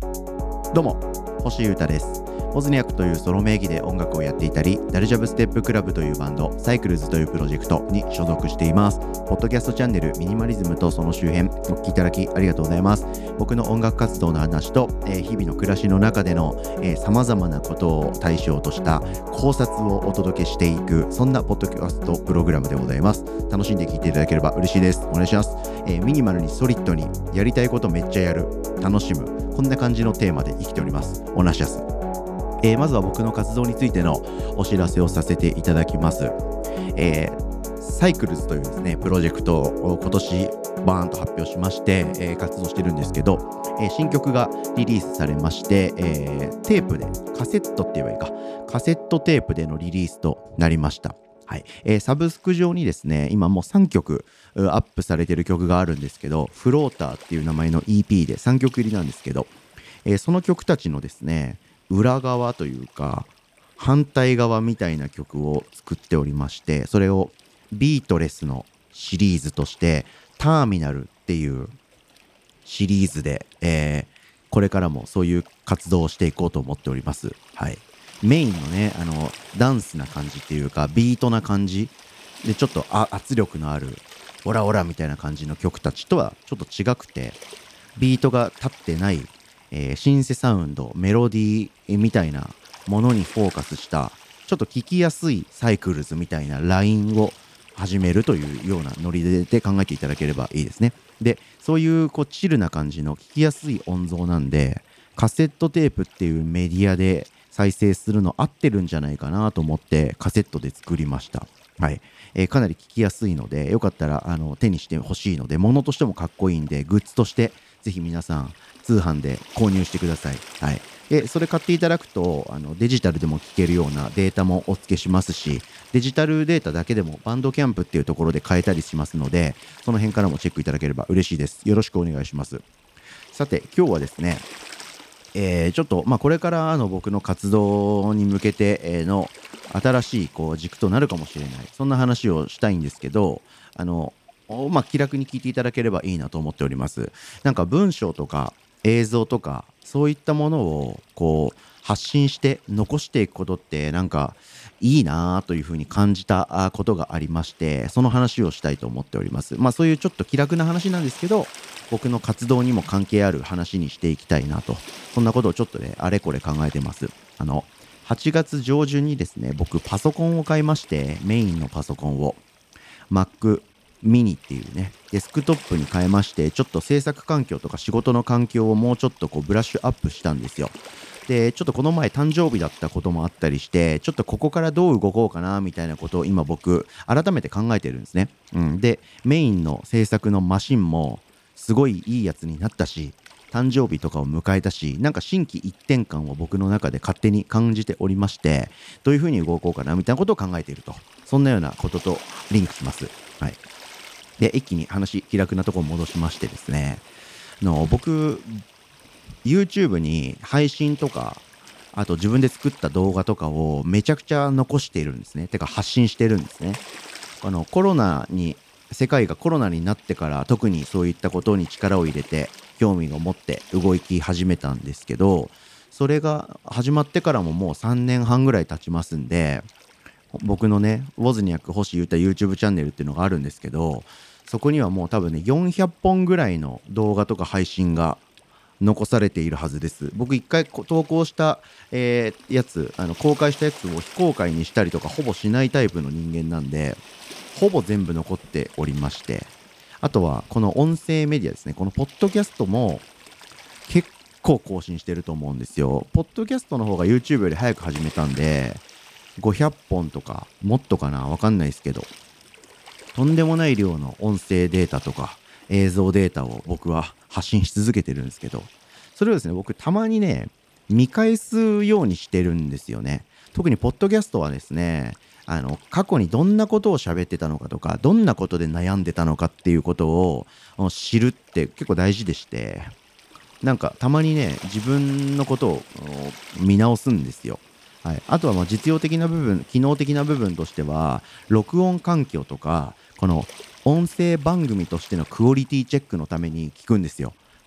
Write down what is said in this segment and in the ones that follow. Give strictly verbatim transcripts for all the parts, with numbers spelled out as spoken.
どうも、星優太です。ボズニャックというソロ名義で音楽をやっていたり、ダルジャブステップクラブというバンド、サイクルズというプロジェクトに所属しています。ポッドキャストチャンネルミニマリズムとその周辺、お聞きいただきありがとうございます。僕の音楽活動の話と、えー日々の暮らしの中でのさまざまなことを対象とした考察をお届けしていく、そんなポッドキャストプログラムでございます。楽しんで聞いていただければ嬉しいです。お願いします。えーミニマルにソリッドにやりたいことめっちゃやる、楽しむ、こんな感じのテーマで生きております。おなしやす。えーまずは僕の活動についてのお知らせをさせていただきます。えーサイクルズというですねプロジェクトを今年バーンと発表しまして、えー活動してるんですけど、えー新曲がリリースされまして、えーテープでカセットって言えばいいかカセットテープでのリリースとなりました。はい。えーサブスク上にですね今もうさんきょくうアップされてる曲があるんですけど、フローターっていう名前の イーピー でさんきょく入りなんですけど、えーその曲たちのですね裏側というか反対側みたいな曲を作っておりまして、それをビートレスのシリーズとしてターミナルっていうシリーズで、えーこれからもそういう活動をしていこうと思っております。はい。メインのねあのダンスな感じっていうかビートな感じで、ちょっとあ圧力のあるオラオラみたいな感じの曲たちとはちょっと違くて、ビートが立ってない、えーシンセサウンド、メロディーみたいなものにフォーカスしたちょっと聞きやすいサイクルズみたいなラインを始めるというようなノリでで考えていただければいいですね。で、そういうこうチルな感じの聞きやすい音像なんで、カセットテープっていうメディアで再生するの合ってるんじゃないかなと思ってカセットで作りました。はい。えーかなり聞きやすいので、よかったらあの手にしてほしいので、物としてもかっこいいんで、グッズとしてぜひ皆さん通販で購入してください。はい。で、それ買っていただくと、あのデジタルでも聞けるようなデータもお付けしますし、デジタルデータだけでもバンドキャンプっていうところで買えたりしますので、その辺からもチェックいただければ嬉しいです。よろしくお願いします。さて、今日はですね、えーちょっと、まあ、これからの僕の活動に向けてえーの新しいこう軸となるかもしれない、そんな話をしたいんですけど、あの、おまあ、気楽に聞いていただければいいなと思っております。なんか文章とか映像とかそういったものをこう発信して残していくことってなんかいいなというふうに感じたあことがありまして、その話をしたいと思っております。まあそういうちょっと気楽な話なんですけど、僕の活動にも関係ある話にしていきたいなと、そんなことをちょっとねあれこれ考えてます。あのはちがつ上旬にですね、僕パソコンを買いまして、メインのパソコンを Mac mini っていうねデスクトップに変えまして、ちょっと制作環境とか仕事の環境をもうちょっとこうブラッシュアップしたんですよ。で、ちょっとこの前誕生日だったこともあったりして、ちょっとここからどう動こうかなみたいなことを今僕改めて考えてるんですね。うん、で、メインの制作のマシンもすごいいいやつになったし、誕生日とかを迎えたし、なんか心機一転換を僕の中で勝手に感じておりまして、どういう風に動こうかなみたいなことを考えていると、そんなようなこととリンクします。はい。で、一気に話気楽なところ戻しましてですね、あの僕 YouTube に配信とか、あと自分で作った動画とかをめちゃくちゃ残しているんですね。てか発信してるんですね。あのコロナに世界がコロナになってから特にそういったことに力を入れて興味を持って動き始めたんですけど、それが始まってからももうさんねんはんぐらい経ちますんで、僕のねウォズニャック星優太 YouTube チャンネルっていうのがあるんですけど、そこにはもう多分ねよんひゃっぽんぐらいの動画とか配信が残されているはずです。僕一回こ投稿した、えーやつあの公開したやつを非公開にしたりとかほぼしないタイプの人間なんで、ほぼ全部残っておりまして、あとはこの音声メディアですね、このポッドキャストも結構更新してると思うんですよ。ポッドキャストの方が YouTube より早く始めたんでごひゃっぽんとかもっとかな、わかんないですけど、とんでもない量の音声データとか映像データを僕は発信し続けてるんですけど、それをですね僕たまにね見返すようにしてるんですよね。特にポッドキャストはですね、あの過去にどんなことを喋ってたのかとか、どんなことで悩んでたのかっていうことをあの知るって結構大事でして、なんかたまにね自分のことをあの見直すんですよ。はい、あとはまあ実用的な部分、機能的な部分としては録音環境とかこの音声番組としてのクオリティチェックのために聞くんですよ。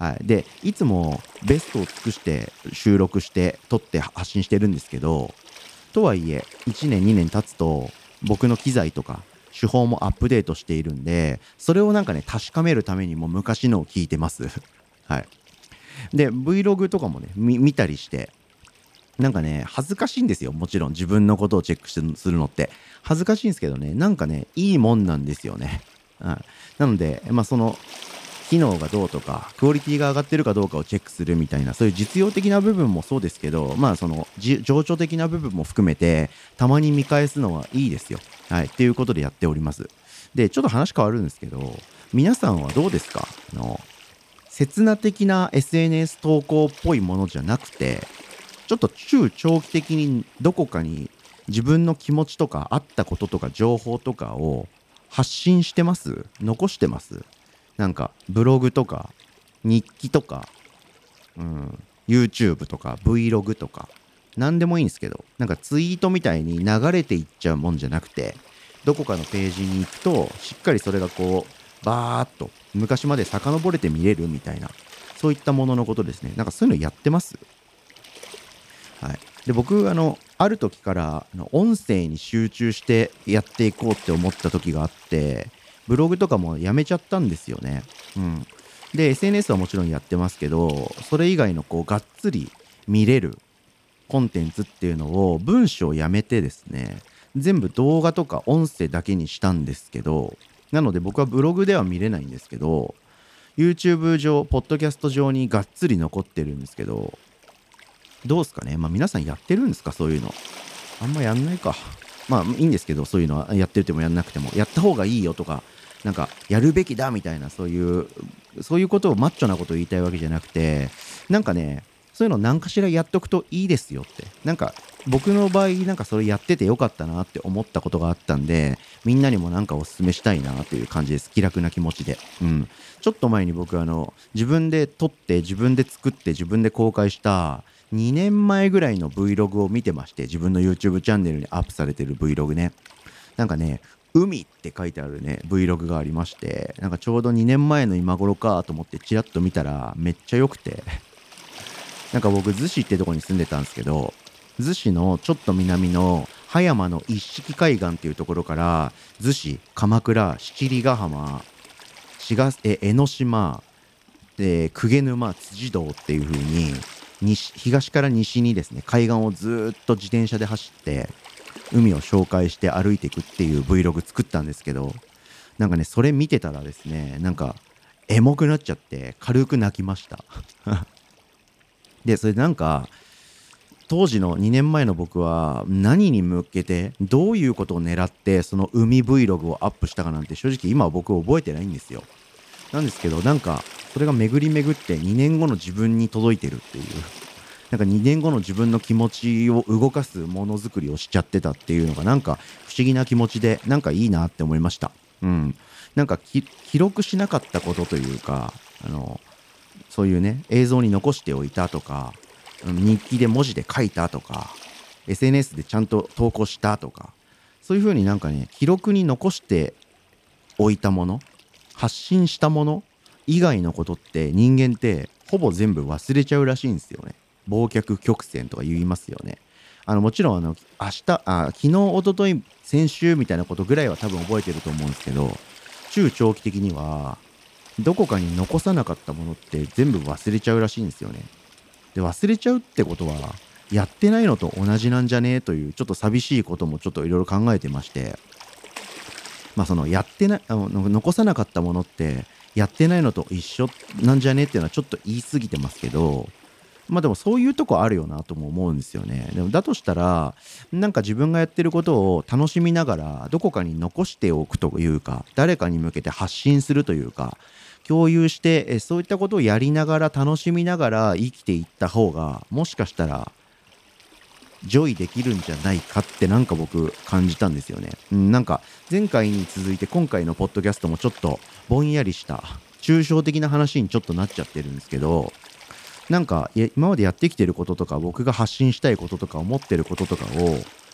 はい、でいつもベストを尽くして収録して撮って発信してるんですけど、とはいえいちねんにねん経つと僕の機材とか手法もアップデートしているんで、それをなんかね確かめるためにも昔のを聞いてますはい。で Vlog とかもね見見たりして、なんかね恥ずかしいんですよ。もちろん自分のことをチェックしてするのって恥ずかしいんですけどね、なんかねいいもんなんですよね。はい、なのでまあその機能がどうとかクオリティが上がってるかどうかをチェックするみたいな、そういう実用的な部分もそうですけど、まあそのじ情緒的な部分も含めてたまに見返すのはいいですよ。はい、っていうことでやっております。でちょっと話変わるんですけど、皆さんはどうですか？あの刹那的な エスエヌエス 投稿っぽいものじゃなくて、ちょっと中長期的にどこかに自分の気持ちとかあったこととか情報とかを発信してます？残してます？なんかブログとか日記とか、うん、YouTube とか Vlog とか何でもいいんですけど、なんかツイートみたいに流れていっちゃうもんじゃなくて、どこかのページに行くとしっかりそれがこうバーっと昔まで遡れて見れるみたいな、そういったもののことですね。なんかそういうのやってます？はい。で僕あのある時からあの音声に集中してやっていこうって思った時があって、ブログとかもやめちゃったんですよね。うん。で エスエヌエス はもちろんやってますけど、それ以外のこうがっつり見れるコンテンツっていうのを文章をやめてですね、全部動画とか音声だけにしたんですけど、なので僕はブログでは見れないんですけど、 YouTube 上ポッドキャスト上にがっつり残ってるんですけど、どうですかね。まあ皆さんやってるんですか、そういうの。あんまやんないか。まあいいんですけど、そういうのはやってるてもやんなくても、やった方がいいよとか、なんかやるべきだみたいな、そういうそういうことをマッチョなことを言いたいわけじゃなくて、なんかねそういうの何かしらやっとくといいですよって、なんか僕の場合なんかそれやっててよかったなって思ったことがあったんで、みんなにもなんかお勧めしたいなという感じです。気楽な気持ちで。うん。ちょっと前に僕あの自分で撮って自分で作って自分で公開したにねんまえぐらいの Vlog を見てまして、自分の YouTube チャンネルにアップされてる Vlog ね。なんかね海って書いてあるね Vlog がありまして、なんかちょうどにねんまえの今頃かと思ってチラッと見たらめっちゃ良くて、なんか僕逗子ってとこに住んでたんですけど、逗子のちょっと南の葉山の一色海岸っていうところから、逗子、鎌倉、七里ヶ浜、志賀え江ノ島、で鵠沼、辻堂っていう風に西東から西にですね、海岸をずーっと自転車で走って海を紹介して歩いていくっていう Vlog 作ったんですけど、なんかねそれ見てたらですね、なんかエモくなっちゃって軽く泣きましたでそれでなんか当時のにねんまえの僕は何に向けてどういうことを狙ってその海 Vlog をアップしたかなんて正直今は僕覚えてないんですよ。なんですけど、なんかそれが巡り巡ってにねんごの自分に届いてるっていう、なんかにねんごの自分の気持ちを動かすものづくりをしちゃってたっていうのがなんか不思議な気持ちで、なんかいいなって思いました。うん。なんかき記録しなかったことというか、あのそういうね映像に残しておいたとか、うん日記で文字で書いたとか、 エスエヌエス でちゃんと投稿したとか、そういう風になんかね記録に残しておいたもの、発信したもの以外のことって人間ってほぼ全部忘れちゃうらしいんですよね。忘却曲線とか言いますよね。あのもちろんあの明日あ昨日一昨日先週みたいなことぐらいは多分覚えてると思うんですけど、中長期的にはどこかに残さなかったものって全部忘れちゃうらしいんですよね。で忘れちゃうってことはやってないのと同じなんじゃねえというちょっと寂しいこともちょっといろいろ考えてまして、まあそのやってないあの残さなかったものってやってないのと一緒なんじゃねっていうのはちょっと言い過ぎてますけど、まあでもそういうとこあるよなとも思うんですよね。でもだとしたらなんか自分がやってることを楽しみながらどこかに残しておくというか、誰かに向けて発信するというか共有して、えそういったことをやりながら楽しみながら生きていった方がもしかしたらジョイできるんじゃないかってなんか僕感じたんですよね。うん、なんか前回に続いて今回のポッドキャストもちょっとぼんやりした抽象的な話にちょっとなっちゃってるんですけど、なんかいや今までやってきてることとか僕が発信したいこととか思ってることとかを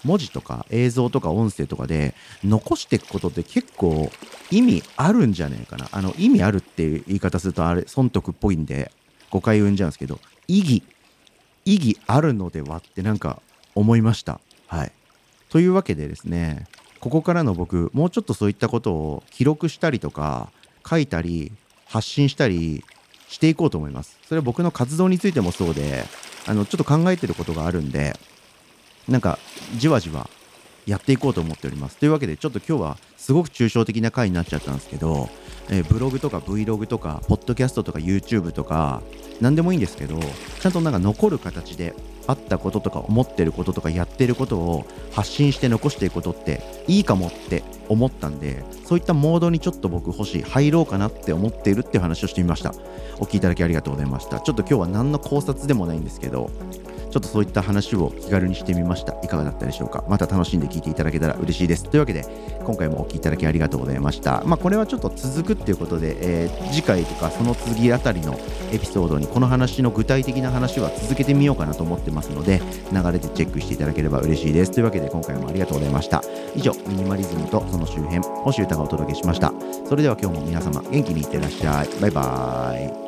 文字とか映像とか音声とかで残していくことって結構意味あるんじゃねえかな。あの意味あるっていう言い方するとあれ損得っぽいんで誤解を生んじゃうんですけど、意義意義あるのではってなんか思いました。はい。というわけでですね、ここからの僕もうちょっとそういったことを記録したりとか書いたり発信したりしていこうと思います。それは僕の活動についてもそうで、あのちょっと考えてることがあるんで、なんかじわじわやっていこうと思っております。というわけでちょっと今日はすごく抽象的な回になっちゃったんですけど、えーブログとか Vlog とかポッドキャストとか YouTube とか何でもいいんですけど、ちゃんとなんか残る形であったこととか思ってることとかやってることを発信して残していくことっていいかもって思ったんで、そういったモードにちょっと僕欲しい入ろうかなって思っているっていう話をしてみました。お聞きいただきありがとうございました。ちょっと今日は何の考察でもないんですけど、ちょっとそういった話を気軽にしてみました。いかがだったでしょうか。また楽しんで聞いていただけたら嬉しいです。というわけで今回もお聞きいただきありがとうございました。まあこれはちょっと続くっていうことで、えー次回とかその次あたりのエピソードにこの話の具体的な話は続けてみようかなと思ってますので、流れでチェックしていただければ嬉しいです。というわけで今回もありがとうございました。以上、ミニマリズムとその周辺、星歌がお届けしました。それでは今日も皆様元気にいってらっしゃい。バイバーイ。